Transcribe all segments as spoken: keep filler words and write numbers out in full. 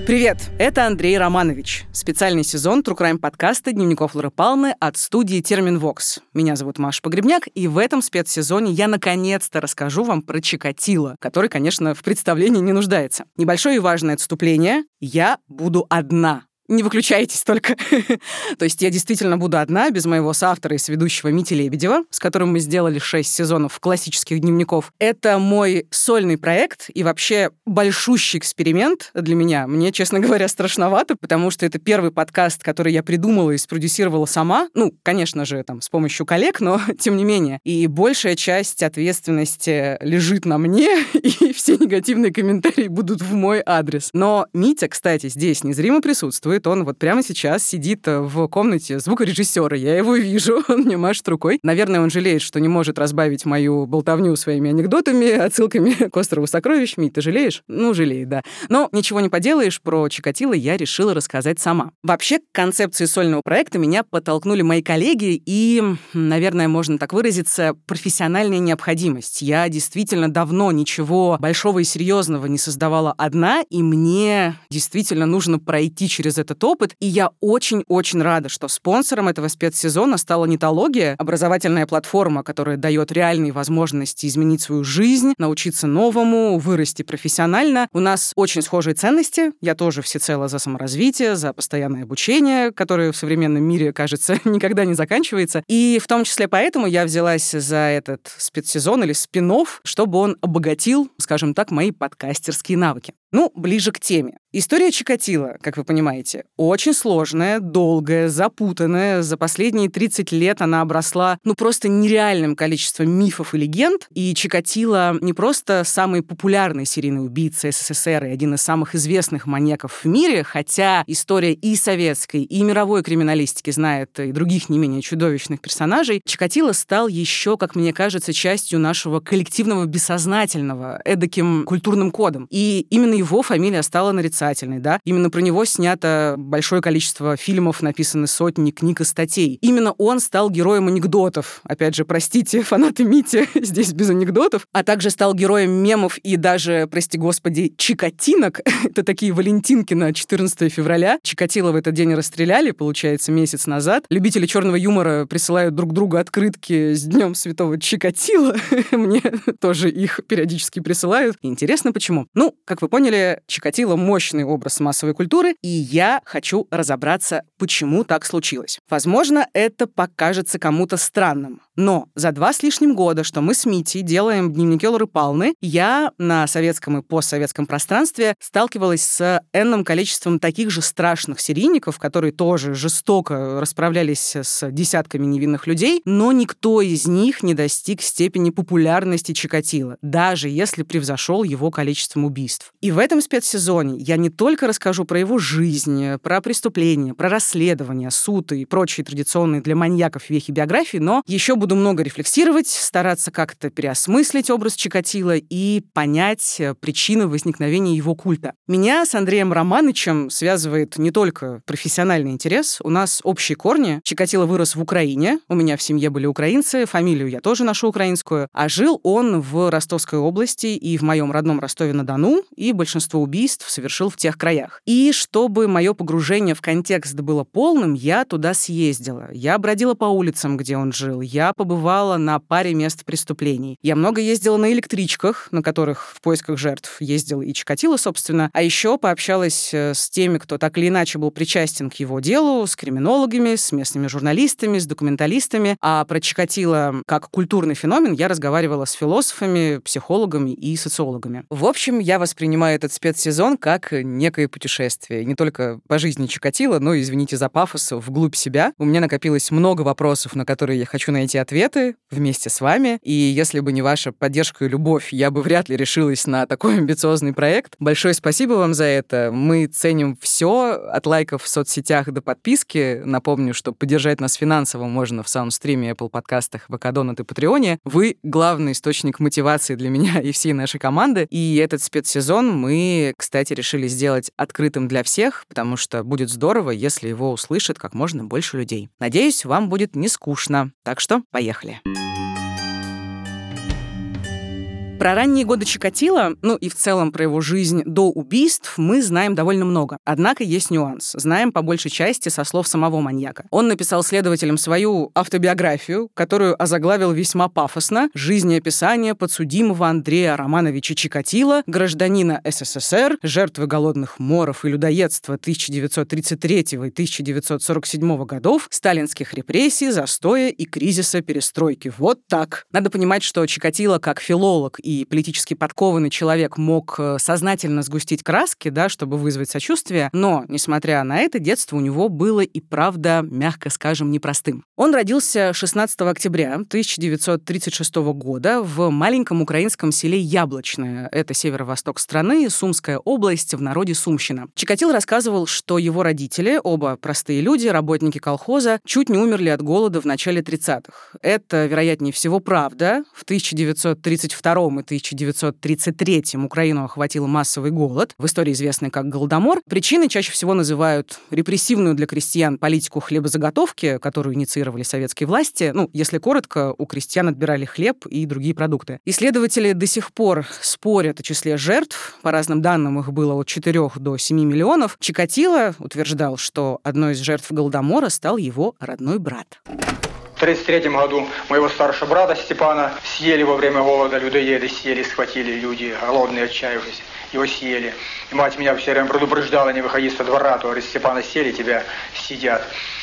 Привет, это Андрей Романович. Специальный сезон True Crime подкаста «Дневников Лоры Палны» от студии Терминвокс. Меня зовут Маша Погребняк, и в этом спецсезоне я наконец-то расскажу вам про Чикатило, который, конечно, в представлении не нуждается. Небольшое и важное отступление. Я буду одна. Не выключайтесь только. То есть я действительно буду одна, без моего соавтора и соведущего Мити Лебедева, с которым мы сделали шесть сезонов классических дневников. Это мой сольный проект и вообще большущий эксперимент для меня. Мне, честно говоря, страшновато, потому что это первый подкаст, который я придумала и спродюсировала сама. Ну, конечно же, там, с помощью коллег, но тем не менее. И большая часть ответственности лежит на мне, и все негативные комментарии будут в мой адрес. Но Митя, кстати, здесь незримо присутствует. Он вот прямо сейчас сидит в комнате звукорежиссера. Я его вижу, он мне машет рукой. Наверное, он жалеет, что не может разбавить мою болтовню своими анекдотами, отсылками к острову сокровищ. Мить, ты жалеешь? Ну, жалеет, да. Но ничего не поделаешь, про Чикатило я решила рассказать сама. Вообще, к концепции сольного проекта меня подтолкнули мои коллеги и, наверное, можно так выразиться, профессиональная необходимость. Я действительно давно ничего большого и серьезного не создавала одна, и мне действительно нужно пройти через этот опыт, и я очень-очень рада, что спонсором этого спецсезона стала Нитология, образовательная платформа, которая дает реальные возможности изменить свою жизнь, научиться новому, вырасти профессионально. У нас очень схожие ценности. Я тоже всецело за саморазвитие, за постоянное обучение, которое в современном мире, кажется, никогда не заканчивается. И в том числе поэтому я взялась за этот спецсезон или спин-офф, чтобы он обогатил, скажем так, мои подкастерские навыки. Ну, ближе к теме. История Чикатило, как вы понимаете, очень сложная, долгая, запутанная. За последние тридцать лет она обросла, ну, просто нереальным количеством мифов и легенд. И Чикатило не просто самый популярный серийный убийца СССР и один из самых известных маньяков в мире, хотя история и советской, и мировой криминалистики знает и других не менее чудовищных персонажей. Чикатило стал еще, как мне кажется, частью нашего коллективного бессознательного, эдаким культурным кодом. И именно его фамилия стала нарицательной, да? Именно про него снято большое количество фильмов, написаны сотни книг и статей. Именно он стал героем анекдотов. Опять же, простите, фанаты Мити, здесь без анекдотов. А также стал героем мемов и даже, прости господи, чикатинок. Это такие валентинки на четырнадцатое февраля. Чикатило в этот день расстреляли, получается, месяц назад. Любители черного юмора присылают друг другу открытки с Днем Святого Чикатило. Мне тоже их периодически присылают. Интересно, почему? Ну, как вы поняли, Чикатило — мощный образ массовой культуры, и я хочу разобраться, почему так случилось. Возможно, это покажется кому-то странным, но за два с лишним года, что мы с Митей делаем дневники Лоры Палны, я на советском и постсоветском пространстве сталкивалась с энным количеством таких же страшных серийников, которые тоже жестоко расправлялись с десятками невинных людей, но никто из них не достиг степени популярности Чикатило, даже если превзошел его количеством убийств. И в этом спецсезоне я не только расскажу про его жизнь, про преступления, про расследования, суд и прочие традиционные для маньяков вехи биографии, но еще буду много рефлексировать, стараться как-то переосмыслить образ Чикатило и понять причины возникновения его культа. Меня с Андреем Романовичем связывает не только профессиональный интерес, у нас общие корни. Чикатило вырос в Украине, у меня в семье были украинцы, фамилию я тоже ношу украинскую, а жил он в Ростовской области и в моем родном Ростове-на-Дону, и большинство убийств совершил в тех краях. И чтобы мое погружение в контекст было полным, я туда съездила. Я бродила по улицам, где он жил. Я побывала на паре мест преступлений. Я много ездила на электричках, на которых в поисках жертв ездил и Чикатило, собственно. А еще пообщалась с теми, кто так или иначе был причастен к его делу, с криминологами, с местными журналистами, с документалистами. А про Чикатило как культурный феномен я разговаривала с философами, психологами и социологами. В общем, я воспринимаю этот спецсезон как некое путешествие. Не только по жизни Чикатило, но, извините за пафос, вглубь себя. У меня накопилось много вопросов, на которые я хочу найти ответы вместе с вами. И если бы не ваша поддержка и любовь, я бы вряд ли решилась на такой амбициозный проект. Большое спасибо вам за это. Мы ценим все, от лайков в соцсетях до подписки. Напомню, что поддержать нас финансово можно в Саундстриме, Apple подкастах, вэ ка Донат и Патреоне. Вы — главный источник мотивации для меня и всей нашей команды. И этот спецсезон мы, кстати, решили сделать открытым для всех, потому что будет здорово, если его услышит как можно больше людей. Надеюсь, вам будет не скучно. Так что поехали. Про ранние годы Чикатило, ну и в целом про его жизнь до убийств, мы знаем довольно много. Однако есть нюанс. Знаем по большей части со слов самого маньяка. Он написал следователям свою автобиографию, которую озаглавил весьма пафосно: «Жизнеописание подсудимого Андрея Романовича Чикатило, гражданина СССР, жертвы голодных моров и людоедства тысяча девятьсот тридцать третьего и тысяча девятьсот сорок седьмого годов, сталинских репрессий, застоя и кризиса перестройки». Вот так. Надо понимать, что Чикатило, как филолог и и политически подкованный человек, мог сознательно сгустить краски, да, чтобы вызвать сочувствие, но, несмотря на это, детство у него было и правда, мягко скажем, непростым. Он родился шестнадцатого октября тысяча девятьсот тридцать шестого года в маленьком украинском селе Яблочное. Это северо-восток страны, Сумская область, в народе Сумщина. Чикатило рассказывал, что его родители, оба простые люди, работники колхоза, чуть не умерли от голода в начале тридцатых. Это, вероятнее всего, правда. В тысяча девятьсот тридцать втором и тысяча девятьсот тридцать третьем Украину охватил массовый голод, в истории известный как Голодомор. Причиной чаще всего называют репрессивную для крестьян политику хлебозаготовки, которую инициировали советские власти. Ну, если коротко, у крестьян отбирали хлеб и другие продукты. Исследователи до сих пор спорят о числе жертв. По разным данным, их было от четырёх до семи миллионов. Чикатило утверждал, что одной из жертв Голодомора стал его родной брат. В тридцать третьем году моего старшего брата Степана съели во время голода, людоеды съели, схватили люди, голодные, отчаявшись, его съели. И мать меня все время предупреждала: не выходи со двора, то, говорит, Степана съели, тебя съедят.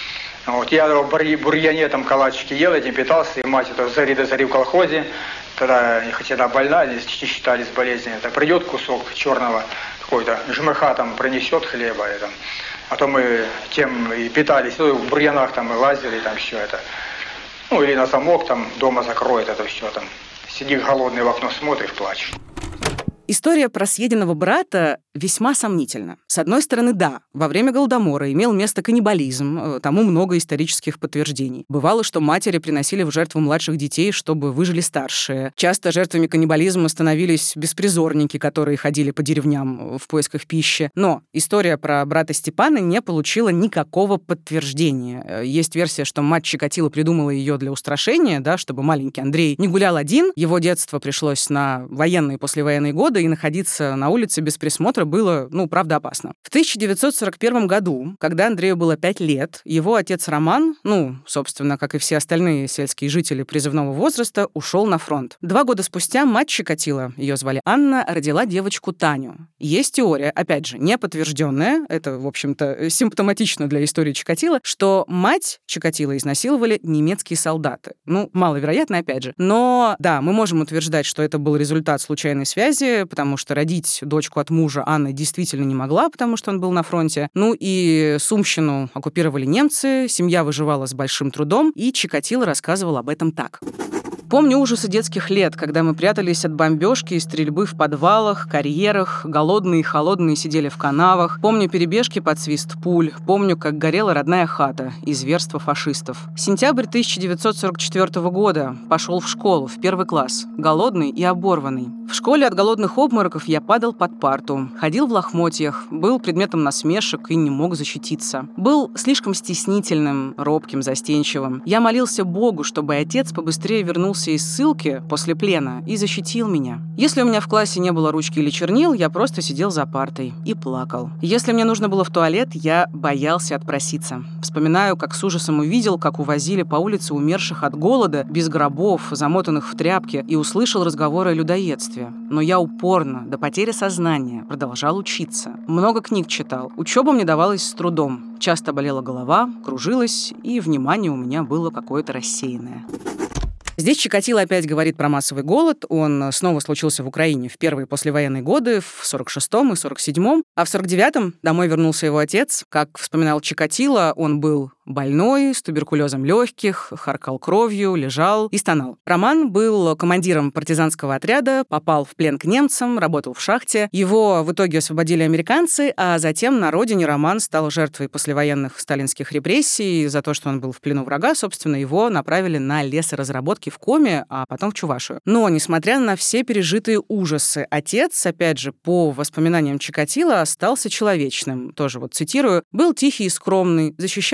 Вот. Я в бурьяне там калачики ел, этим питался, и мать это зари до зари в колхозе. Тогда, хотя она больна, не считались болезнью, это придет кусок черного какой-то жмыха, там принесет хлеба, и, там, а то мы тем и питались, ну, в бурьянах там мы лазили, там все это. Ну, или на замок там дома закроет это все там. Сиди голодный в окно, смотришь, плачешь. История про съеденного брата весьма сомнительна. С одной стороны, да, во время Голодомора имел место каннибализм, тому много исторических подтверждений. Бывало, что матери приносили в жертву младших детей, чтобы выжили старшие. Часто жертвами каннибализма становились беспризорники, которые ходили по деревням в поисках пищи. Но история про брата Степана не получила никакого подтверждения. Есть версия, что мать Чикатило придумала ее для устрашения, да, чтобы маленький Андрей не гулял один. Его детство пришлось на военные и послевоенные годы, и находиться на улице без присмотра было, ну, правда, опасно. В тысяча девятьсот сорок первом году, когда Андрею было пять лет, его отец Роман, ну, собственно, как и все остальные сельские жители призывного возраста, ушел на фронт. Два года спустя мать Чикатило, ее звали Анна, родила девочку Таню. Есть теория, опять же, не подтвержденная, это, в общем-то, симптоматично для истории Чикатило, что мать Чикатило изнасиловали немецкие солдаты. Ну, маловероятно, опять же. Но, да, мы можем утверждать, что это был результат случайной связи, потому что родить дочку от мужа Анна действительно не могла, потому что он был на фронте. Ну и Сумщину оккупировали немцы, семья выживала с большим трудом, и Чикатило рассказывал об этом так. Помню ужасы детских лет, когда мы прятались от бомбежки и стрельбы в подвалах, карьерах, голодные и холодные сидели в канавах. Помню перебежки под свист пуль. Помню, как горела родная хата и зверство фашистов. Сентябрь тысяча девятьсот сорок четвёртого года. Пошел в школу, в первый класс. Голодный и оборванный. В школе от голодных обмороков я падал под парту. Ходил в лохмотьях, был предметом насмешек и не мог защититься. Был слишком стеснительным, робким, застенчивым. Я молился Богу, чтобы отец побыстрее вернулся из ссылки после плена и защитил меня. Если у меня в классе не было ручки или чернил, я просто сидел за партой и плакал. Если мне нужно было в туалет, я боялся отпроситься. Вспоминаю, как с ужасом увидел, как увозили по улице умерших от голода, без гробов, замотанных в тряпки, и услышал разговоры о людоедстве. Но я упорно, до потери сознания, продолжал учиться. Много книг читал. Учеба мне давалась с трудом. Часто болела голова, кружилась, и внимание у меня было какое-то рассеянное. Здесь Чикатило опять говорит про массовый голод. Он снова случился в Украине в первые послевоенные годы, в сорок шестом и сорок седьмом. А в сорок девятом домой вернулся его отец. Как вспоминал Чикатило, он был больной, с туберкулезом легких, харкал кровью, лежал и стонал. Роман был командиром партизанского отряда, попал в плен к немцам, работал в шахте. Его в итоге освободили американцы, а затем на родине Роман стал жертвой послевоенных сталинских репрессий. За то, что он был в плену врага, собственно, его направили на лесоразработки в Коми, а потом в Чувашию. Но, несмотря на все пережитые ужасы, отец, опять же, по воспоминаниям Чикатило, остался человечным. Тоже вот цитирую: «Был тихий и скромный, защищал меня,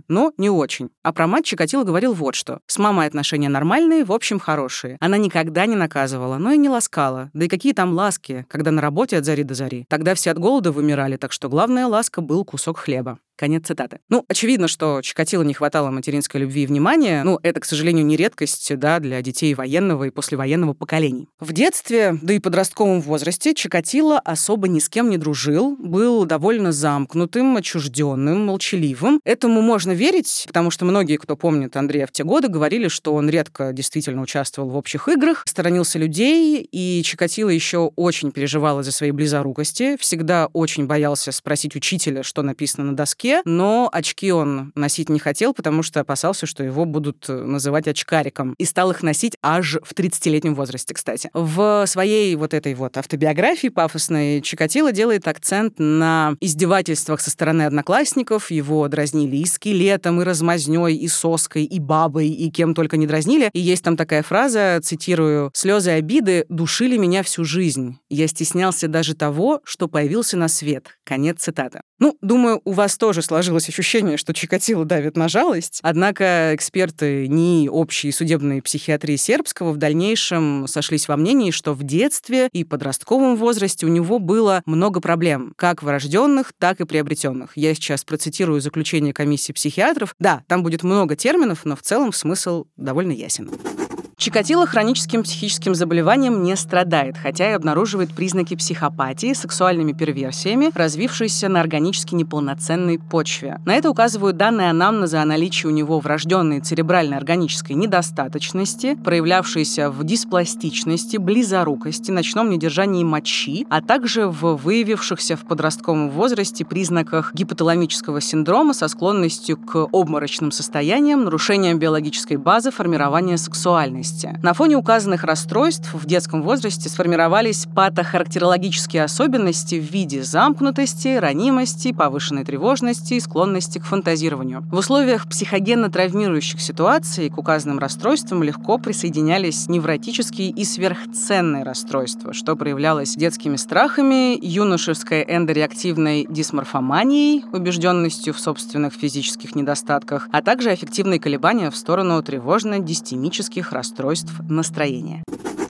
но не очень. А про мать Чикатило говорил вот что. С мамой отношения нормальные, в общем, хорошие. Она никогда не наказывала, но и не ласкала. Да и какие там ласки, когда на работе от зари до зари. Тогда все от голода вымирали, так что главная ласка был кусок хлеба. Конец цитаты. Ну, очевидно, что Чикатило не хватало материнской любви и внимания. Ну, это, к сожалению, не редкость, да, для детей военного и послевоенного поколений. В детстве, да и подростковом возрасте Чикатило особо ни с кем не дружил, был довольно замкнутым, отчужденным, молчаливым. Этому можно верить, потому что многие, кто помнит Андрея в те годы, говорили, что он редко действительно участвовал в общих играх, сторонился людей, и Чикатило еще очень переживал из-за своей близорукости, всегда очень боялся спросить учителя, что написано на доске, но очки он носить не хотел, потому что опасался, что его будут называть очкариком. И стал их носить аж в тридцатилетнем возрасте, кстати. В своей вот этой вот автобиографии пафосной Чикатило делает акцент на издевательствах со стороны одноклассников. Его дразнили и скелетом, и размазнёй, и соской, и бабой, и кем только не дразнили. И есть там такая фраза, цитирую, «Слезы обиды душили меня всю жизнь. Я стеснялся даже того, что появился на свет». Конец цитаты. Ну, думаю, у вас тоже сложилось ощущение, что Чикатило давит на жалость. Однако эксперты НИИ общей судебной психиатрии сербского в дальнейшем сошлись во мнении, что в детстве и подростковом возрасте у него было много проблем, как врожденных, так и приобретенных. Я сейчас процитирую заключение комиссии психиатров. Да, там будет много терминов, но в целом смысл довольно ясен. Чикатило хроническим психическим заболеванием не страдает, хотя и обнаруживает признаки психопатии, сексуальными перверсиями, развившиеся на органически неполноценной почве. На это указывают данные анамнеза о наличии у него врожденной церебральной органической недостаточности, проявлявшейся в диспластичности, близорукости, ночном недержании мочи, а также в выявившихся в подростковом возрасте признаках гипоталамического синдрома со склонностью к обморочным состояниям, нарушениям биологической базы формирования сексуальности. На фоне указанных расстройств в детском возрасте сформировались патохарактерологические особенности в виде замкнутости, ранимости, повышенной тревожности и склонности к фантазированию. В условиях психогенно-травмирующих ситуаций к указанным расстройствам легко присоединялись невротические и сверхценные расстройства, что проявлялось детскими страхами, юношеской эндореактивной дисморфоманией, убежденностью в собственных физических недостатках, а также аффективные колебания в сторону тревожно-дистемических расстройств настроения.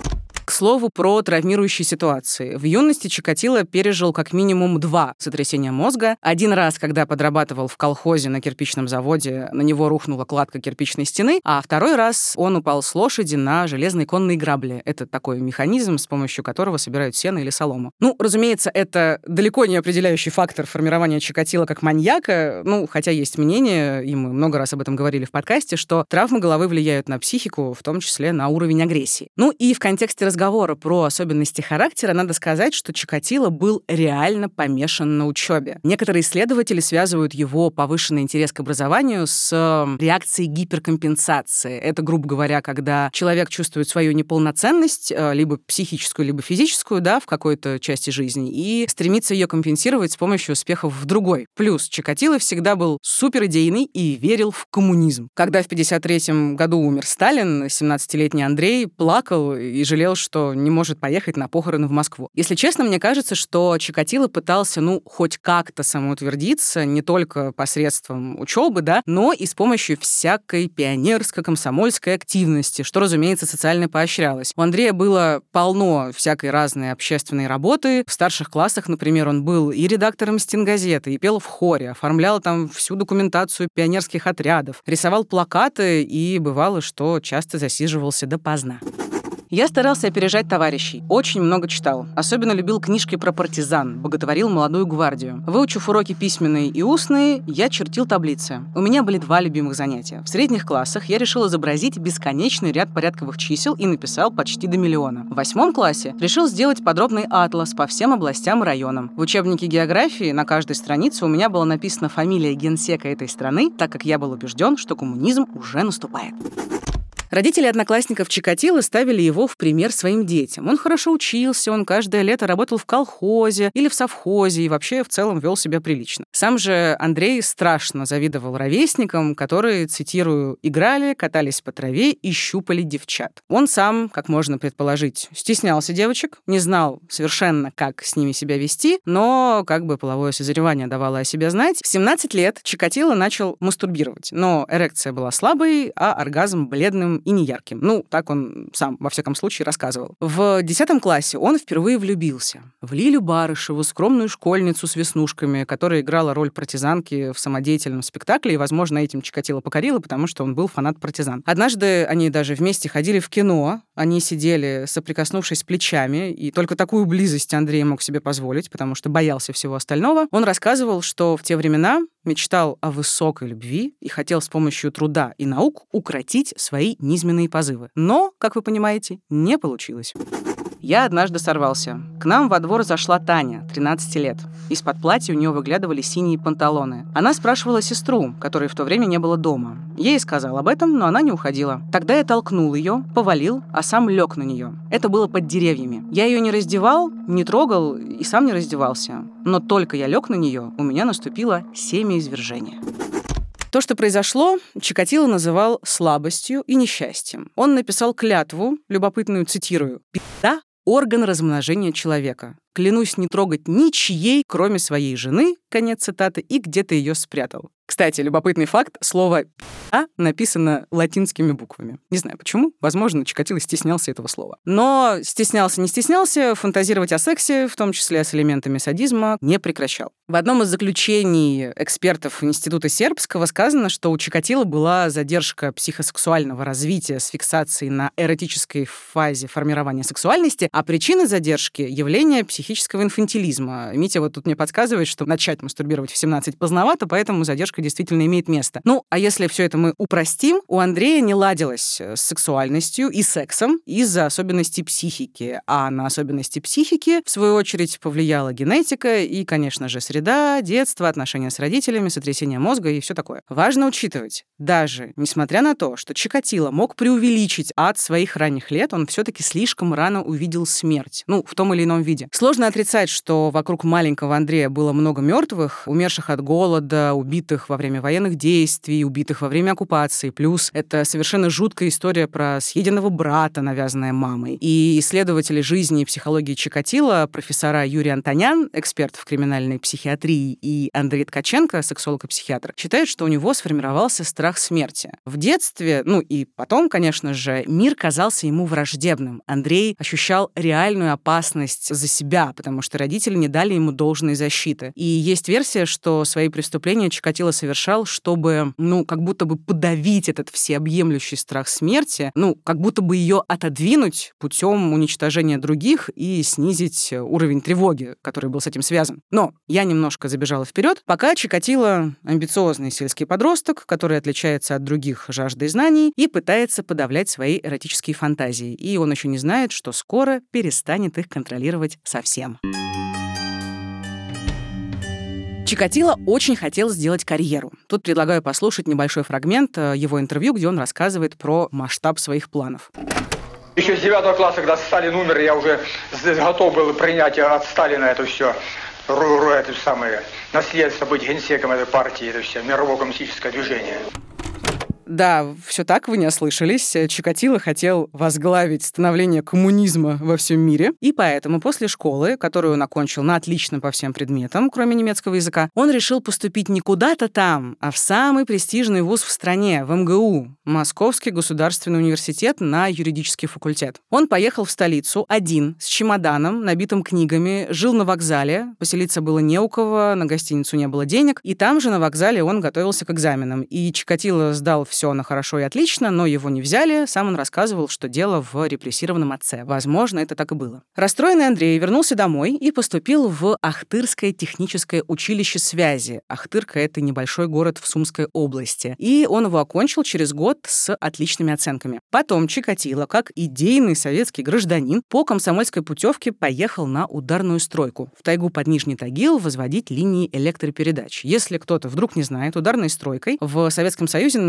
К слову про травмирующие ситуации. В юности Чикатило пережил как минимум два сотрясения мозга. Один раз, когда подрабатывал в колхозе на кирпичном заводе, на него рухнула кладка кирпичной стены, а второй раз он упал с лошади на железные конные грабли. Это такой механизм, с помощью которого собирают сено или солому. Ну, разумеется, это далеко не определяющий фактор формирования Чикатило как маньяка, ну, хотя есть мнение, и мы много раз об этом говорили в подкасте, что травмы головы влияют на психику, в том числе на уровень агрессии. Ну и в контексте разговора разговора про особенности характера надо сказать, что Чикатило был реально помешан на учебе. Некоторые исследователи связывают его повышенный интерес к образованию с реакцией гиперкомпенсации. Это, грубо говоря, когда человек чувствует свою неполноценность, либо психическую, либо физическую, да, в какой-то части жизни, и стремится ее компенсировать с помощью успехов в другой. Плюс Чикатило всегда был суперидейный и верил в коммунизм. Когда в пятьдесят третьем году умер Сталин, семнадцатилетний Андрей плакал и жалел, что не может поехать на похороны в Москву. Если честно, мне кажется, что Чикатило пытался, ну, хоть как-то самоутвердиться, не только посредством учебы, да, но и с помощью всякой пионерско-комсомольской активности, что, разумеется, социально поощрялось. У Андрея было полно всякой разной общественной работы. В старших классах, например, он был и редактором стенгазеты, и пел в хоре, оформлял там всю документацию пионерских отрядов, рисовал плакаты и бывало, что часто засиживался допоздна. Я старался опережать товарищей, очень много читал. Особенно любил книжки про партизан, боготворил молодую гвардию. Выучив уроки письменные и устные, я чертил таблицы. У меня были два любимых занятия. В средних классах я решил изобразить бесконечный ряд порядковых чисел и написал почти до миллиона. В восьмом классе решил сделать подробный атлас по всем областям и районам. В учебнике географии на каждой странице у меня была написана фамилия генсека этой страны, так как я был убежден, что коммунизм уже наступает. Родители одноклассников Чикатило ставили его в пример своим детям. Он хорошо учился, он каждое лето работал в колхозе или в совхозе и вообще в целом вел себя прилично. Сам же Андрей страшно завидовал ровесникам, которые, цитирую, «играли, катались по траве и щупали девчат». Он сам, как можно предположить, стеснялся девочек, не знал совершенно, как с ними себя вести, но как бы половое созревание давало о себе знать. В семнадцать лет Чикатило начал мастурбировать, но эрекция была слабой, а оргазм бледным и неярким. Ну, так он сам, во всяком случае, рассказывал. В десятом классе он впервые влюбился в Лилю Барышеву, скромную школьницу с веснушками, которая играла роль партизанки в самодеятельном спектакле, и, возможно, этим Чикатило покорило, потому что он был фанат партизан. Однажды они даже вместе ходили в кино, они сидели, соприкоснувшись плечами, и только такую близость Андрей мог себе позволить, потому что боялся всего остального. Он рассказывал, что в те времена мечтал о высокой любви и хотел с помощью труда и наук укротить свои низменные позывы. Но, как вы понимаете, не получилось. Я однажды сорвался. К нам во двор зашла Таня, тринадцати лет. Из-под платья у нее выглядывали синие панталоны. Она спрашивала сестру, которой в то время не было дома. Я ей сказал об этом, но она не уходила. Тогда я толкнул ее, повалил, а сам лег на нее. Это было под деревьями. Я ее не раздевал, не трогал и сам не раздевался. Но только я лег на нее, у меня наступило семяизвержение. То, что произошло, Чикатило называл слабостью и несчастьем. Он написал клятву, любопытную, цитирую, «Пизда — орган размножения человека. Клянусь не трогать ничьей, кроме своей жены», конец цитаты, и где-то ее спрятал. Кстати, любопытный факт, слово «пизда» написано латинскими буквами. Не знаю почему, возможно, Чикатило стеснялся этого слова. Но стеснялся, не стеснялся, фантазировать о сексе, в том числе с элементами садизма, не прекращал. В одном из заключений экспертов Института Сербского сказано, что у Чикатило была задержка психосексуального развития с фиксацией на эротической фазе формирования сексуальности, а причина задержки — явление психического инфантилизма. Митя вот тут мне подсказывает, что начать мастурбировать в семнадцать поздновато, поэтому задержка действительно имеет место. Ну, а если все это мы упростим, у Андрея не ладилось с сексуальностью и сексом из-за особенностей психики, а на особенности психики, в свою очередь, повлияла генетика и, конечно же, среда, детство, отношения с родителями, сотрясение мозга и все такое. Важно учитывать, даже несмотря на то, что Чикатило мог преувеличить ад своих ранних лет, он все-таки слишком рано увидел смерть, ну, в том или ином виде. Сложно отрицать, что вокруг маленького Андрея было много мертвых, умерших от голода, убитых во время военных действий, убитых во время оккупации. Плюс это совершенно жуткая история про съеденного брата, навязанная мамой. И исследователи жизни и психологии Чикатило, профессора Юрий Антонян, эксперт в криминальной психиатрии, и Андрей Ткаченко, сексолог и психиатр, считают, что у него сформировался страх смерти. В детстве, ну и потом, конечно же, мир казался ему враждебным. Андрей ощущал реальную опасность за себя, потому что родители не дали ему должной защиты. И есть версия, что свои преступления Чикатило совершал, чтобы, ну, как будто бы подавить этот всеобъемлющий страх смерти, ну, как будто бы ее отодвинуть путем уничтожения других и снизить уровень тревоги, который был с этим связан. Но я немножко забежала вперед. Пока Чикатило — амбициозный сельский подросток, который отличается от других жаждой знаний и пытается подавлять свои эротические фантазии. И он еще не знает, что скоро перестанет их контролировать совсем. Чикатило очень хотел сделать карьеру. Тут предлагаю послушать небольшой фрагмент его интервью, где он рассказывает про масштаб своих планов. Еще с девятого класса, когда Сталин умер, я уже готов был принять от Сталина это все, это самое наследство, быть генсеком этой партии, это все, мировое коммунистическое движение. Да, все так, вы не ослышались. Чикатило хотел возглавить становление коммунизма во всем мире, и поэтому после школы, которую он окончил на отлично по всем предметам, кроме немецкого языка, он решил поступить не куда-то там, а в самый престижный вуз в стране, в эм гэ у, Московский государственный университет, на юридический факультет. Он поехал в столицу один, с чемоданом, набитым книгами, жил на вокзале, поселиться было не у кого, на гостиницу не было денег, и там же на вокзале он готовился к экзаменам. И Чикатило сдал все на хорошо и отлично, но его не взяли. Сам он рассказывал, что дело в репрессированном отце. Возможно, это так и было. Расстроенный Андрей вернулся домой и поступил в Ахтырское техническое училище связи. Ахтырка — это небольшой город в Сумской области. И он его окончил через год с отличными оценками. Потом Чикатило, как идейный советский гражданин, по комсомольской путевке поехал на ударную стройку в тайгу под Нижний Тагил возводить линии электропередач. Если кто-то вдруг не знает, ударной стройкой в Советском Союзе называли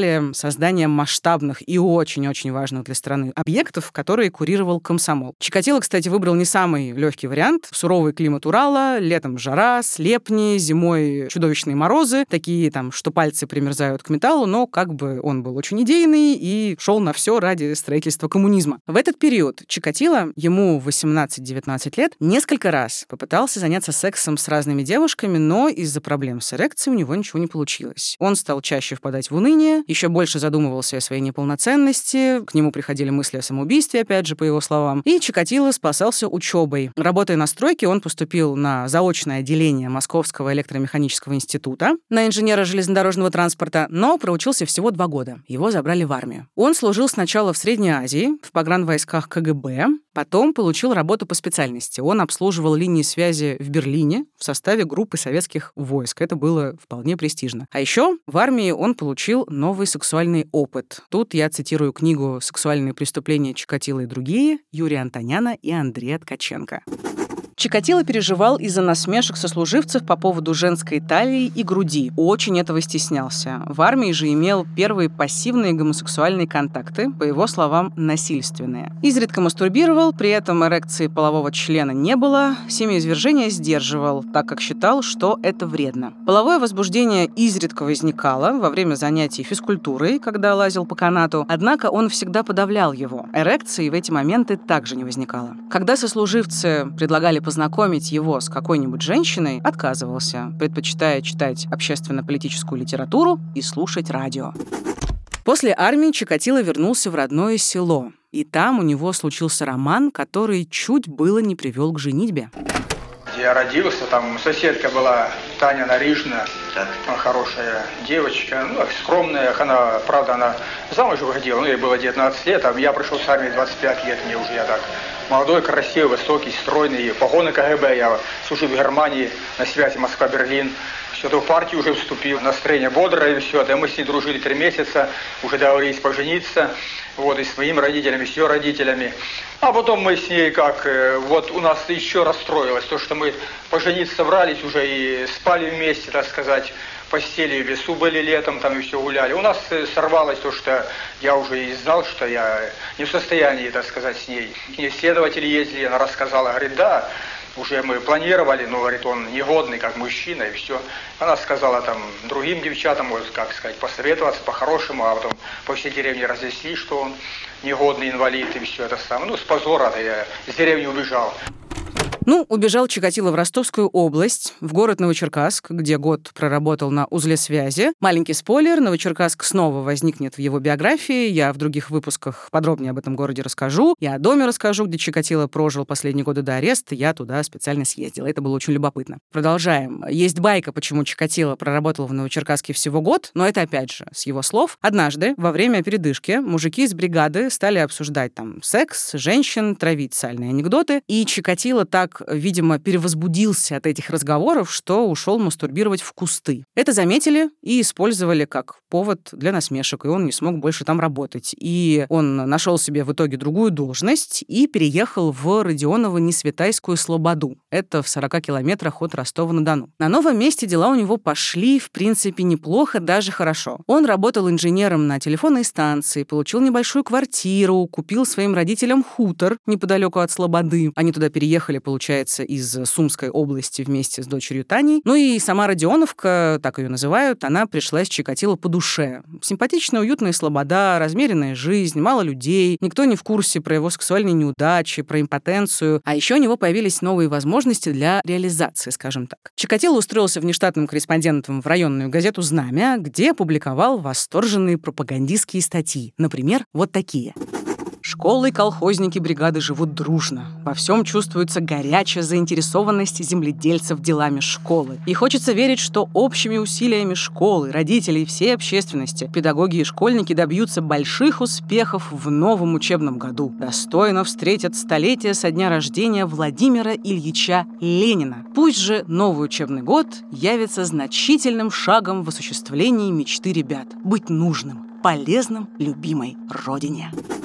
угрожали созданием масштабных и очень-очень важных для страны объектов, которые курировал комсомол. Чикатило, кстати, выбрал не самый легкий вариант. Суровый климат Урала, летом жара, слепни, зимой чудовищные морозы, такие там, что пальцы примерзают к металлу, но как бы он был очень идейный и шел на все ради строительства коммунизма. В этот период Чикатило, ему восемнадцать-девятнадцать лет, несколько раз попытался заняться сексом с разными девушками, но из-за проблем с эрекцией у него ничего не получилось. Он стал чаще впадать в уныние, еще больше задумывался о своей неполноценности, к нему приходили мысли о самоубийстве, опять же, по его словам, и Чикатило спасался учебой. Работая на стройке, он поступил на заочное отделение Московского электромеханического института на инженера железнодорожного транспорта, но проучился всего два года. Его забрали в армию. Он служил сначала в Средней Азии, в погранвойсках ка гэ бэ, потом получил работу по специальности. Он обслуживал линии связи в Берлине в составе группы советских войск. Это было вполне престижно. А еще в армии он получил новый сексуальный опыт. Тут я цитирую книгу «Сексуальные преступления Чикатило и другие» Юрия Антоняна и Андрея Ткаченко. Чикатило переживал из-за насмешек сослуживцев по поводу женской талии и груди. Очень этого стеснялся. В армии же имел первые пассивные гомосексуальные контакты, по его словам, насильственные. Изредка мастурбировал, при этом эрекции полового члена не было, семяизвержение сдерживал, так как считал, что это вредно. Половое возбуждение изредка возникало во время занятий физкультурой, когда лазил по канату, однако он всегда подавлял его. Эрекции в эти моменты также не возникало. Когда сослуживцы предлагали познакомить его с какой-нибудь женщиной, отказывался, предпочитая читать общественно-политическую литературу и слушать радио. После армии Чикатило вернулся в родное село, и там у него случился роман, который чуть было не привел к женитьбе. Где я родился, там соседка была Таня Нарижна, хорошая девочка, ну, скромная, она, правда, она замуж выходила, ну, ей было девятнадцать лет, а я пришел с армии двадцать пять лет, мне уже я так молодой, красивый, высокий, стройный, погоны ка гэ бэ, я служил в Германии на связи Москва-Берлин, все-то в партию уже вступил, настроение бодрое, и все, да мы с ней дружили три месяца, уже договорились пожениться, вот, и своими родителями, и с ее родителями. А потом мы с ней как, вот у нас еще расстроилось, то, что мы пожениться собрались уже и спали вместе, так сказать, в постели в лесу были летом, там и все гуляли. У нас сорвалось то, что я уже и знал, что я не в состоянии, так сказать, с ней. К ней следователи ездили, она рассказала, говорит, да, уже мы планировали, но, говорит, он негодный, как мужчина, и все. Она сказала там другим девчатам, может, как сказать, посоветоваться по-хорошему, а потом по всей деревне разнесли, что он негодный инвалид, и все это самое. Ну, с позора я из деревни убежал. Ну, убежал Чикатило в Ростовскую область, в город Новочеркасск, где год проработал на узле связи. Маленький спойлер, Новочеркасск снова возникнет в его биографии. Я в других выпусках подробнее об этом городе расскажу. Я о доме расскажу, где Чикатило прожил последние годы до ареста. Я туда специально съездила. Это было очень любопытно. Продолжаем. Есть байка, почему Чикатило проработал в Новочеркасске всего год, но это, опять же, с его слов. Однажды, во время передышки, мужики из бригады стали обсуждать там секс, женщин, травить сальные анекдоты, и Чикатило так, видимо, перевозбудился от этих разговоров, что ушел мастурбировать в кусты. Это заметили и использовали как повод для насмешек, и он не смог больше там работать. И он нашел себе в итоге другую должность и переехал в Родионово-Несветайскую Слободу. Это в сорока километрах от Ростова-на-Дону. На новом месте дела у него пошли, в принципе, неплохо, даже хорошо. Он работал инженером на телефонной станции, получил небольшую квартиру, купил своим родителям хутор неподалеку от Слободы. Они туда переехали, получается, из Сумской области вместе с дочерью Таней. Ну и сама Родионовка, так ее называют, она пришлась Чикатило по душе. Симпатичная, уютная слобода, размеренная жизнь, мало людей, никто не в курсе про его сексуальные неудачи, про импотенцию. А еще у него появились новые возможности для реализации, скажем так. Чикатило устроился внештатным корреспондентом в районную газету «Знамя», где публиковал восторженные пропагандистские статьи. Например, вот такие. Школы и колхозники бригады живут дружно. Во всем чувствуется горячая заинтересованность земледельцев делами школы. И хочется верить, что общими усилиями школы, родителей и всей общественности педагоги и школьники добьются больших успехов в новом учебном году. Достойно встретят столетие со дня рождения Владимира Ильича Ленина. Пусть же новый учебный год явится значительным шагом в осуществлении мечты ребят – быть нужным, полезным любимой родине.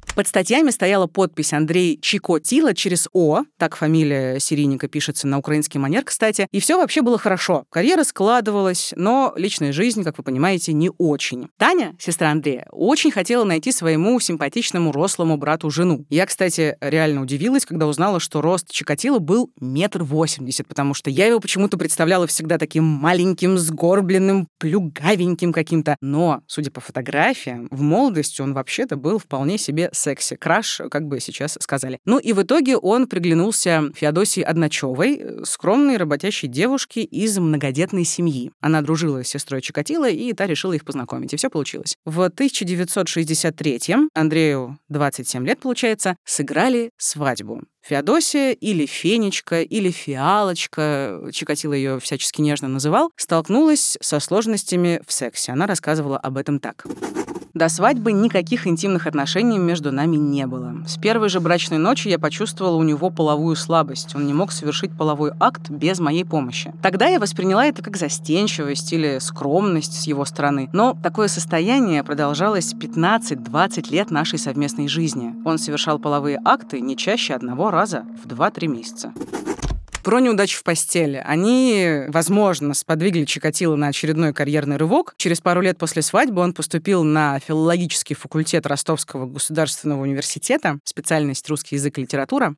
Под статьями стояла подпись Андрей Чикотило через О, так фамилия серийника пишется на украинский манер, кстати, и все вообще было хорошо. Карьера складывалась, но личная жизнь, как вы понимаете, не очень. Таня, сестра Андрея, очень хотела найти своему симпатичному рослому брату жену. Я, кстати, реально удивилась, когда узнала, что рост Чикотило был метр восемьдесят, потому что я его почему-то представляла всегда таким маленьким, сгорбленным, плюгавеньким каким-то. Но, судя по фотографиям, в молодости он вообще-то был вполне себе секси-краш, как бы сейчас сказали. Ну и в итоге он приглянулся Феодосии Одночевой, скромной работящей девушке из многодетной семьи. Она дружила с сестрой Чикотило, и та решила их познакомить, и все получилось. В тысяча девятьсот шестьдесят третьем, Андрею двадцать семь лет, получается, сыграли свадьбу. Феодосия или Фенечка, или Фиалочка, Чикотило ее всячески нежно называл, столкнулась со сложностями в сексе. Она рассказывала об этом так. До свадьбы никаких интимных отношений между нами не было. С первой же брачной ночи я почувствовала у него половую слабость. Он не мог совершить половой акт без моей помощи. Тогда я восприняла это как застенчивость или скромность с его стороны. Но такое состояние продолжалось пятнадцать-двадцать лет нашей совместной жизни. Он совершал половые акты не чаще одного раза в два-три месяца. Про неудачи в постели. Они, возможно, сподвигли Чикотило на очередной карьерный рывок. Через пару лет после свадьбы он поступил на филологический факультет Ростовского государственного университета, специальность русский язык и литература.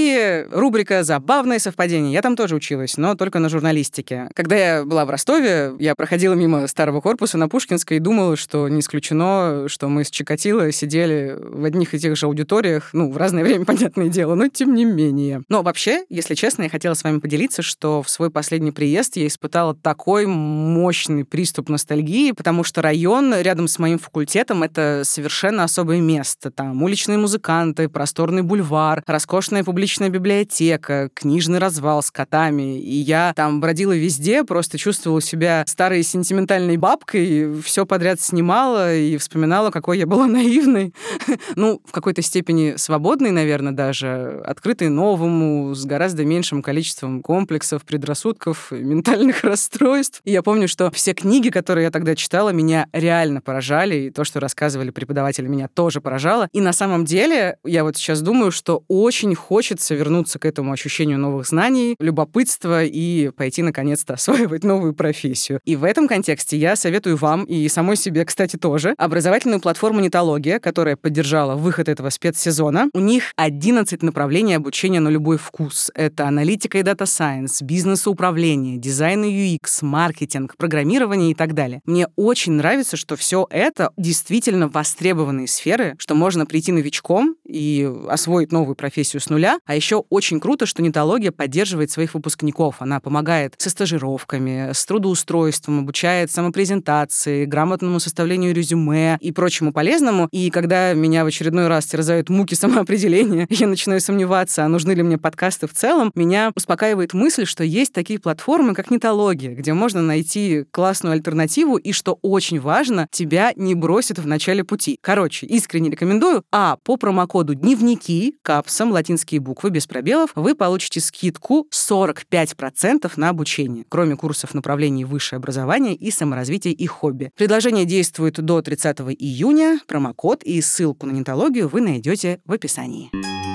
И рубрика «Забавные совпадения». Я там тоже училась, но только на журналистике. Когда я была в Ростове, я проходила мимо старого корпуса на Пушкинской и думала, что не исключено, что мы с Чикотило сидели в одних и тех же аудиториях, ну, в разное время, понятное дело, но тем не менее. Но вообще, если честно, я хотела с вами поделиться, что в свой последний приезд я испытала такой мощный приступ ностальгии, потому что район рядом с моим факультетом — это совершенно особое место. Там уличные музыканты, просторный бульвар, роскошная публичная библиотека, книжный развал с котами. И я там бродила везде, просто чувствовала себя старой сентиментальной бабкой, все подряд снимала и вспоминала, какой я была наивной. Ну, в какой-то степени свободной, наверное, даже, открытой новому, с гораздо меньшим количеством комплексов, предрассудков, ментальных расстройств. И я помню, что все книги, которые я тогда читала, меня реально поражали, и то, что рассказывали преподаватели, меня тоже поражало. И на самом деле, я вот сейчас думаю, что очень хочется вернуться к этому ощущению новых знаний, любопытства и пойти, наконец-то, осваивать новую профессию. И в этом контексте я советую вам, и самой себе, кстати, тоже, образовательную платформу «Нетология», которая поддержала выход этого спецсезона. У них одиннадцать направлений обучения на любой вкус. Это аналитика и дата-сайенс, бизнес-управление, дизайн и ю экс, маркетинг, программирование и так далее. Мне очень нравится, что все это действительно востребованные сферы, что можно прийти новичком и освоить новую профессию с нуля. А еще очень круто, что Нетология поддерживает своих выпускников. Она помогает со стажировками, с трудоустройством, обучает самопрезентации, грамотному составлению резюме и прочему полезному. И когда меня в очередной раз терзают муки самоопределения, я начинаю сомневаться, а нужны ли мне подкасты в целом, меня успокаивает мысль, что есть такие платформы, как Нетология, где можно найти классную альтернативу и, что очень важно, тебя не бросят в начале пути. Короче, искренне рекомендую. А по промокоду «Дневники», капсом, латинские буквы, без пробелов, вы получите скидку сорок пять процентов на обучение, кроме курсов направлений высшее образование и саморазвитие и хобби. Предложение действует до тридцатого июня. Промокод и ссылку на Нетологию вы найдете в описании.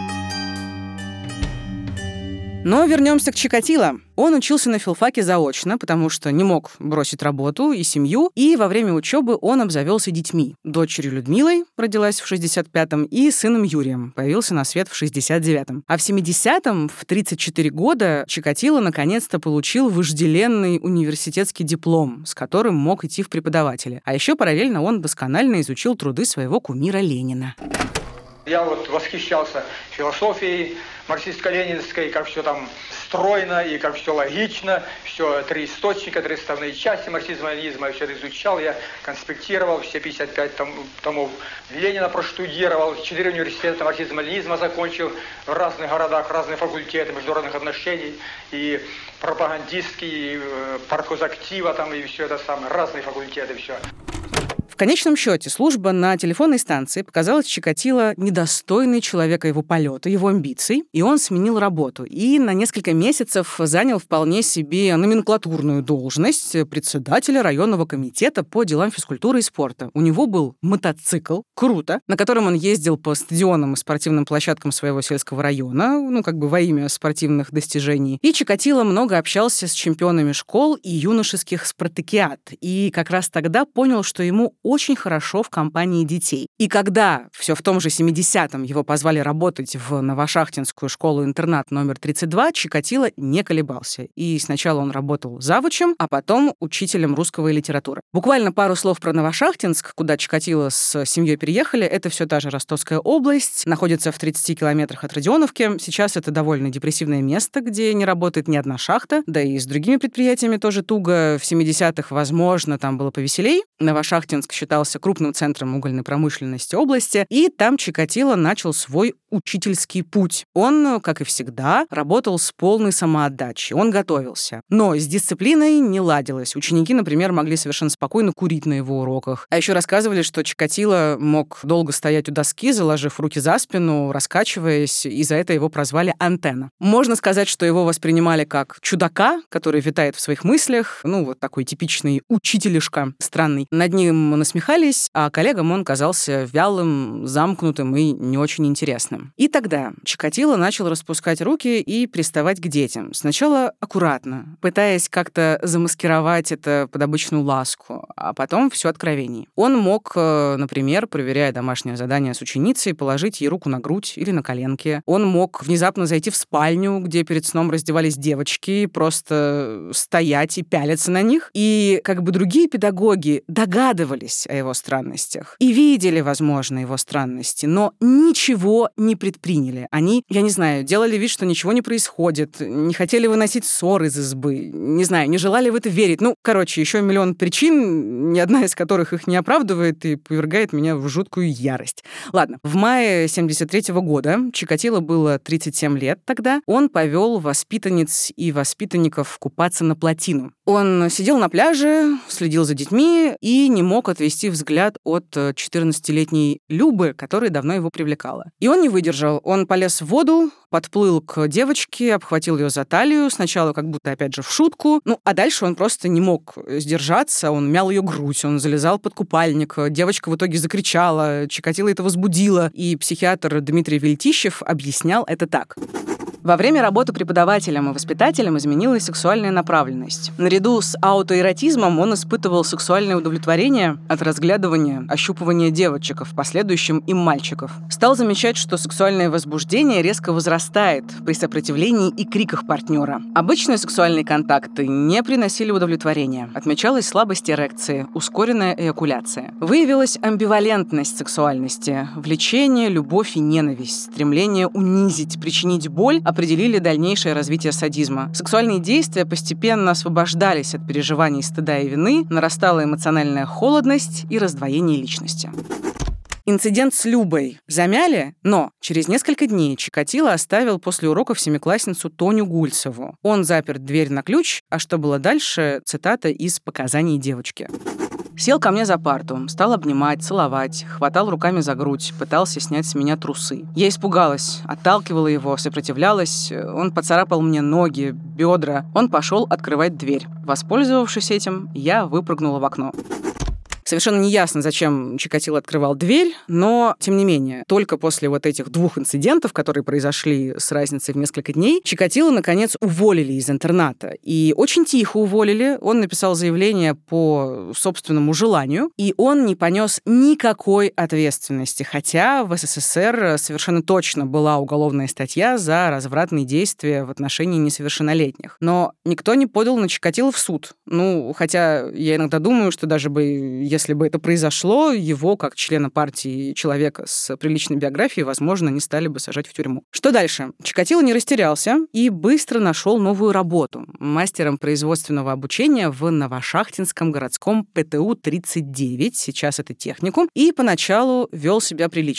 Но вернемся к Чикотило. Он учился на филфаке заочно, потому что не мог бросить работу и семью, и во время учебы он обзавелся детьми. Дочерью Людмилой, родилась в шестьдесят пятом, и сыном Юрием, появился на свет в шестьдесят девятом. А в семидесятом, в тридцать четыре года, Чикотило наконец-то получил вожделенный университетский диплом, с которым мог идти в преподаватели. А еще параллельно он досконально изучил труды своего кумира Ленина. Я вот восхищался философией марксистско-ленинской, как все там стройно и как все логично, все три источника, три составные части марксизма-ленинизма, я все это изучал, я конспектировал, все пятьдесят пять том, томов Ленина проштудировал, четыре университета марксизма-ленинизма закончил в разных городах, разные факультеты международных отношений, и пропагандистский, и парткозактива, там, и все это самое, разные факультеты, все. В конечном счете служба на телефонной станции показалась Чикатило недостойной человека его полета, его амбиций, и он сменил работу и на несколько месяцев занял вполне себе номенклатурную должность председателя районного комитета по делам физкультуры и спорта. У него был мотоцикл, круто, на котором он ездил по стадионам и спортивным площадкам своего сельского района, ну, как бы во имя спортивных достижений. И Чикатило много общался с чемпионами школ и юношеских спартакиад. И как раз тогда понял, что ему очень хорошо в компании детей. И когда все в том же семидесятом его позвали работать в Новошахтинскую школу-интернат номер тридцать два, Чикатило не колебался. И сначала он работал завучем, а потом учителем русского и литературы. Буквально пару слов про Новошахтинск, куда Чикатило с семьей переехали. Это все та же Ростовская область, находится в тридцати километрах от Родионовки. Сейчас это довольно депрессивное место, где не работает ни одна шахта, да и с другими предприятиями тоже туго. В семидесятых, возможно, там было повеселей. Новошахтинск считался крупным центром угольной промышленности области, и там Чикатило начал свой учительский путь. Он, как и всегда, работал с полной самоотдачей. Он готовился. Но с дисциплиной не ладилось. Ученики, например, могли совершенно спокойно курить на его уроках. А еще рассказывали, что Чикатило мог долго стоять у доски, заложив руки за спину, раскачиваясь, и за это его прозвали «Антенна». Можно сказать, что его воспринимали как чудака, который витает в своих мыслях, ну, вот такой типичный учителишка странный. Над ним насмехались, а коллегам он казался вялым, замкнутым и не очень интересным. И тогда Чикатило начал распускать руки и приставать к детям. Сначала аккуратно, пытаясь как-то замаскировать это под обычную ласку, а потом все откровенней. Он мог, например, проверяя домашнее задание с ученицей, положить ей руку на грудь или на коленки. Он мог внезапно зайти в спальню, где перед сном раздевались девочки, просто стоять и пялиться на них. И как бы другие педагоги догадывались о его странностях и видели, возможно, его странности, но ничего не предприняли. Они, я не знаю, делали вид, что ничего не происходит, не хотели выносить ссор из избы, не знаю, не желали в это верить. Ну, короче, еще миллион причин, ни одна из которых их не оправдывает и повергает меня в жуткую ярость. Ладно, в мае семьдесят третьего года, Чикатило было тридцать семь лет тогда, он повел воспитанниц и воспитанников купаться на плотину. Он сидел на пляже, следил за детьми и не мог отвести взгляд от четырнадцатилетней Любы, которая давно его привлекала. И он не выдержал. Он полез в воду, подплыл к девочке, обхватил ее за талию, сначала как будто, опять же, в шутку. Ну, а дальше он просто не мог сдержаться, он мял ее грудь, он залезал под купальник. Девочка в итоге закричала, Чикатило это возбудило, и психиатр Дмитрий Вельтищев объяснял это так. Во время работы преподавателем и воспитателем изменилась сексуальная направленность. Наряду с аутоэротизмом он испытывал сексуальное удовлетворение от разглядывания, ощупывания девочек, в последующем и мальчиков. Стал замечать, что сексуальное возбуждение резко возрастает при сопротивлении и криках партнера. Обычные сексуальные контакты не приносили удовлетворения. Отмечалась слабость эрекции, ускоренная эякуляция. Выявилась амбивалентность сексуальности, влечение, любовь и ненависть, стремление унизить, причинить боль, определили дальнейшее развитие садизма. Сексуальные действия постепенно освобождались от переживаний стыда и вины, нарастала эмоциональная холодность и раздвоение личности. Инцидент с Любой замяли, но через несколько дней Чикатило оставил после уроков семиклассницу Тоню Гульцеву. Он запер дверь на ключ, а что было дальше, цитата из показаний девочки. Сел ко мне за парту, стал обнимать, целовать, хватал руками за грудь, пытался снять с меня трусы. Я испугалась, отталкивала его, сопротивлялась, он поцарапал мне ноги, бедра. Он пошел открывать дверь. Воспользовавшись этим, я выпрыгнула в окно. Совершенно неясно, зачем Чикатило открывал дверь, но, тем не менее, только после вот этих двух инцидентов, которые произошли с разницей в несколько дней, Чикатило, наконец, уволили из интерната. И очень тихо уволили. Он написал заявление по собственному желанию, и он не понес никакой ответственности, хотя в СССР совершенно точно была уголовная статья за развратные действия в отношении несовершеннолетних. Но никто не подал на Чикатило в суд. Ну, хотя я иногда думаю, что даже бы, если Если бы это произошло, его, как члена партии, человека с приличной биографией, возможно, не стали бы сажать в тюрьму. Что дальше? Чикатило не растерялся и быстро нашел новую работу мастером производственного обучения в Новошахтинском городском ПТУ тридцать девять, сейчас это техникум, и поначалу вел себя прилично.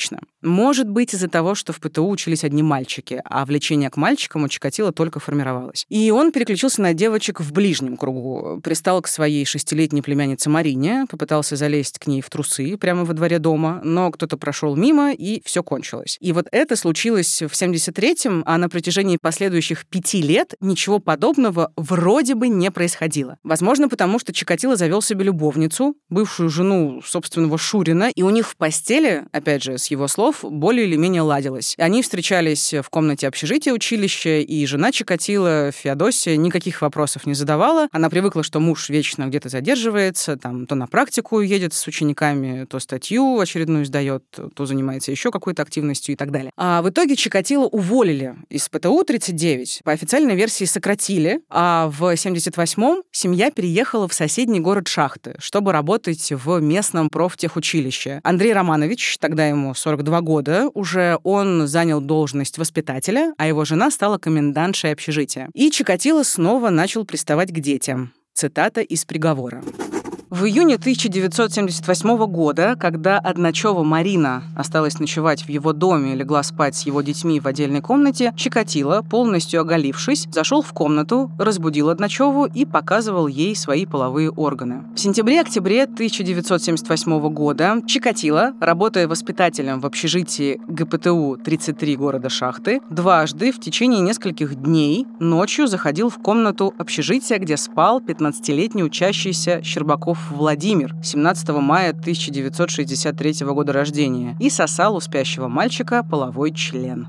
Может быть, из-за того, что в ПТУ учились одни мальчики, а влечение к мальчикам у Чикатило только формировалось. И он переключился на девочек в ближнем кругу. Пристал к своей шестилетней племяннице Марине, попытался залезть к ней в трусы прямо во дворе дома, но кто-то прошел мимо, и все кончилось. И вот это случилось в семьдесят третьем, а на протяжении последующих пяти лет ничего подобного вроде бы не происходило. Возможно, потому что Чикатило завел себе любовницу, бывшую жену собственного Шурина, и у них в постели, опять же, с его слов, более или менее ладилось. Они встречались в комнате общежития училища, и жена Чикатило, Феодосия, никаких вопросов не задавала. Она привыкла, что муж вечно где-то задерживается, там, то на практику едет с учениками, то статью очередную сдает, то занимается еще какой-то активностью и так далее. А в итоге Чикатило уволили из ПТУ тридцать девять. По официальной версии сократили, а в семьдесят восьмом семья переехала в соседний город Шахты, чтобы работать в местном профтехучилище. Андрей Романович, тогда ему сорок два года, уже он занял должность воспитателя, а его жена стала комендантшей общежития. И Чикатило снова начал приставать к детям. Цитата из приговора. В июне тысяча девятьсот семьдесят восьмого года, когда Одначева Марина осталась ночевать в его доме и легла спать с его детьми в отдельной комнате, Чикатило, полностью оголившись, зашел в комнату, разбудил Одначеву и показывал ей свои половые органы. В сентябре-октябре тысяча девятьсот семьдесят восьмого года Чикатило, работая воспитателем в общежитии ГПТУ тридцать три города Шахты, дважды в течение нескольких дней ночью заходил в комнату общежития, где спал пятнадцатилетний учащийся Щербаков Владимир, семнадцатого мая тысяча девятьсот шестьдесят третьего года рождения, и сосал у спящего мальчика половой член.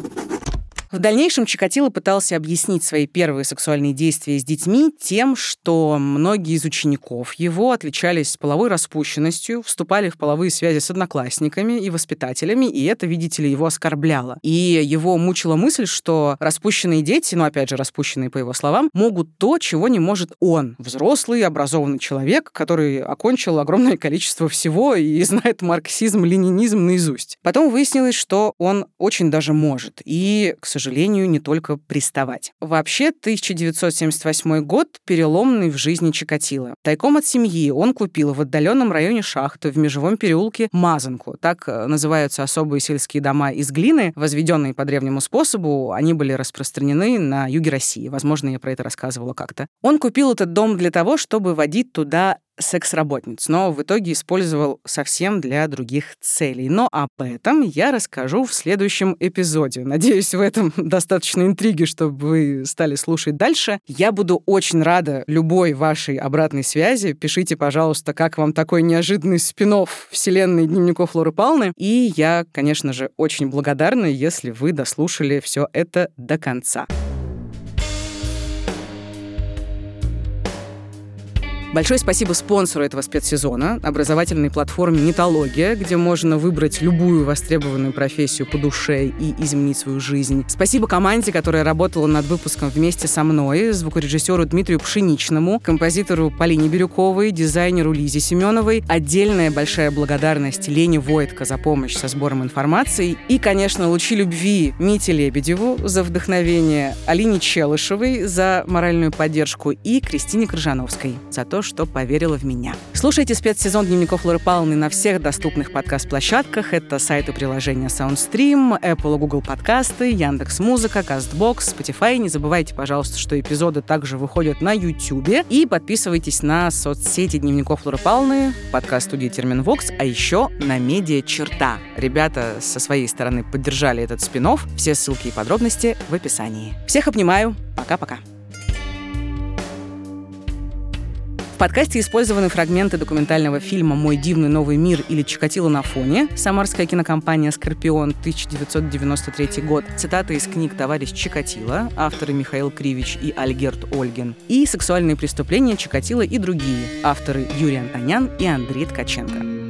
В дальнейшем Чикатило пытался объяснить свои первые сексуальные действия с детьми тем, что многие из учеников его отличались половой распущенностью, вступали в половые связи с одноклассниками и воспитателями, и это, видите ли, его оскорбляло. И его мучила мысль, что распущенные дети, ну, опять же, распущенные по его словам, могут то, чего не может он. Взрослый, образованный человек, который окончил огромное количество всего и знает марксизм, ленинизм наизусть. Потом выяснилось, что он очень даже может. И, к сожалению, К сожалению, не только приставать. Вообще, тысяча девятьсот семьдесят восьмой год переломный в жизни Чикатило. Тайком от семьи он купил в отдаленном районе Шахты в межевом переулке мазанку. Так называются особые сельские дома из глины, возведенные по древнему способу. Они были распространены на юге России. Возможно, я про это рассказывала как-то. Он купил этот дом для того, чтобы водить туда секс-работниц, но в итоге использовал совсем для других целей. Но об этом я расскажу в следующем эпизоде. Надеюсь, в этом достаточно интриги, чтобы вы стали слушать дальше. Я буду очень рада любой вашей обратной связи. Пишите, пожалуйста, как вам такой неожиданный спин-офф вселенной дневников Флоры Павловны. И я, конечно же, очень благодарна, если вы дослушали все это до конца. Большое спасибо спонсору этого спецсезона, образовательной платформе «Нетология», где можно выбрать любую востребованную профессию по душе и изменить свою жизнь. Спасибо команде, которая работала над выпуском вместе со мной, звукорежиссеру Дмитрию Пшеничному, композитору Полине Бирюковой, дизайнеру Лизе Семеновой. Отдельная большая благодарность Лене Войтко за помощь со сбором информации. И, конечно, лучи любви Мите Лебедеву за вдохновение, Алине Челышевой за моральную поддержку и Кристине Крыжановской за то, что поверила в меня. Слушайте спецсезон дневников Флоры Павловны на всех доступных подкаст-площадках. Это сайты приложения SoundStream, Apple и Google подкасты, Яндекс.Музыка, Castbox, Spotify. Не забывайте, пожалуйста, что эпизоды также выходят на YouTube. И подписывайтесь на соцсети дневников Флоры Павловны, подкаст-студии Терминвокс, а еще на медиа Черта. Ребята со своей стороны поддержали этот спин-офф. Все ссылки и подробности в описании. Всех обнимаю. Пока-пока. В подкасте использованы фрагменты документального фильма «Мой дивный новый мир» или «Чикатило на фоне», самарская кинокомпания «Скорпион», тысяча девятьсот девяносто третий год, цитаты из книг «Товарищ Чикатило», авторы Михаил Кривич и Альгерт Ольгин, и «Сексуальные преступления Чикатило и другие», авторы Юрий Антонян и Андрей Ткаченко.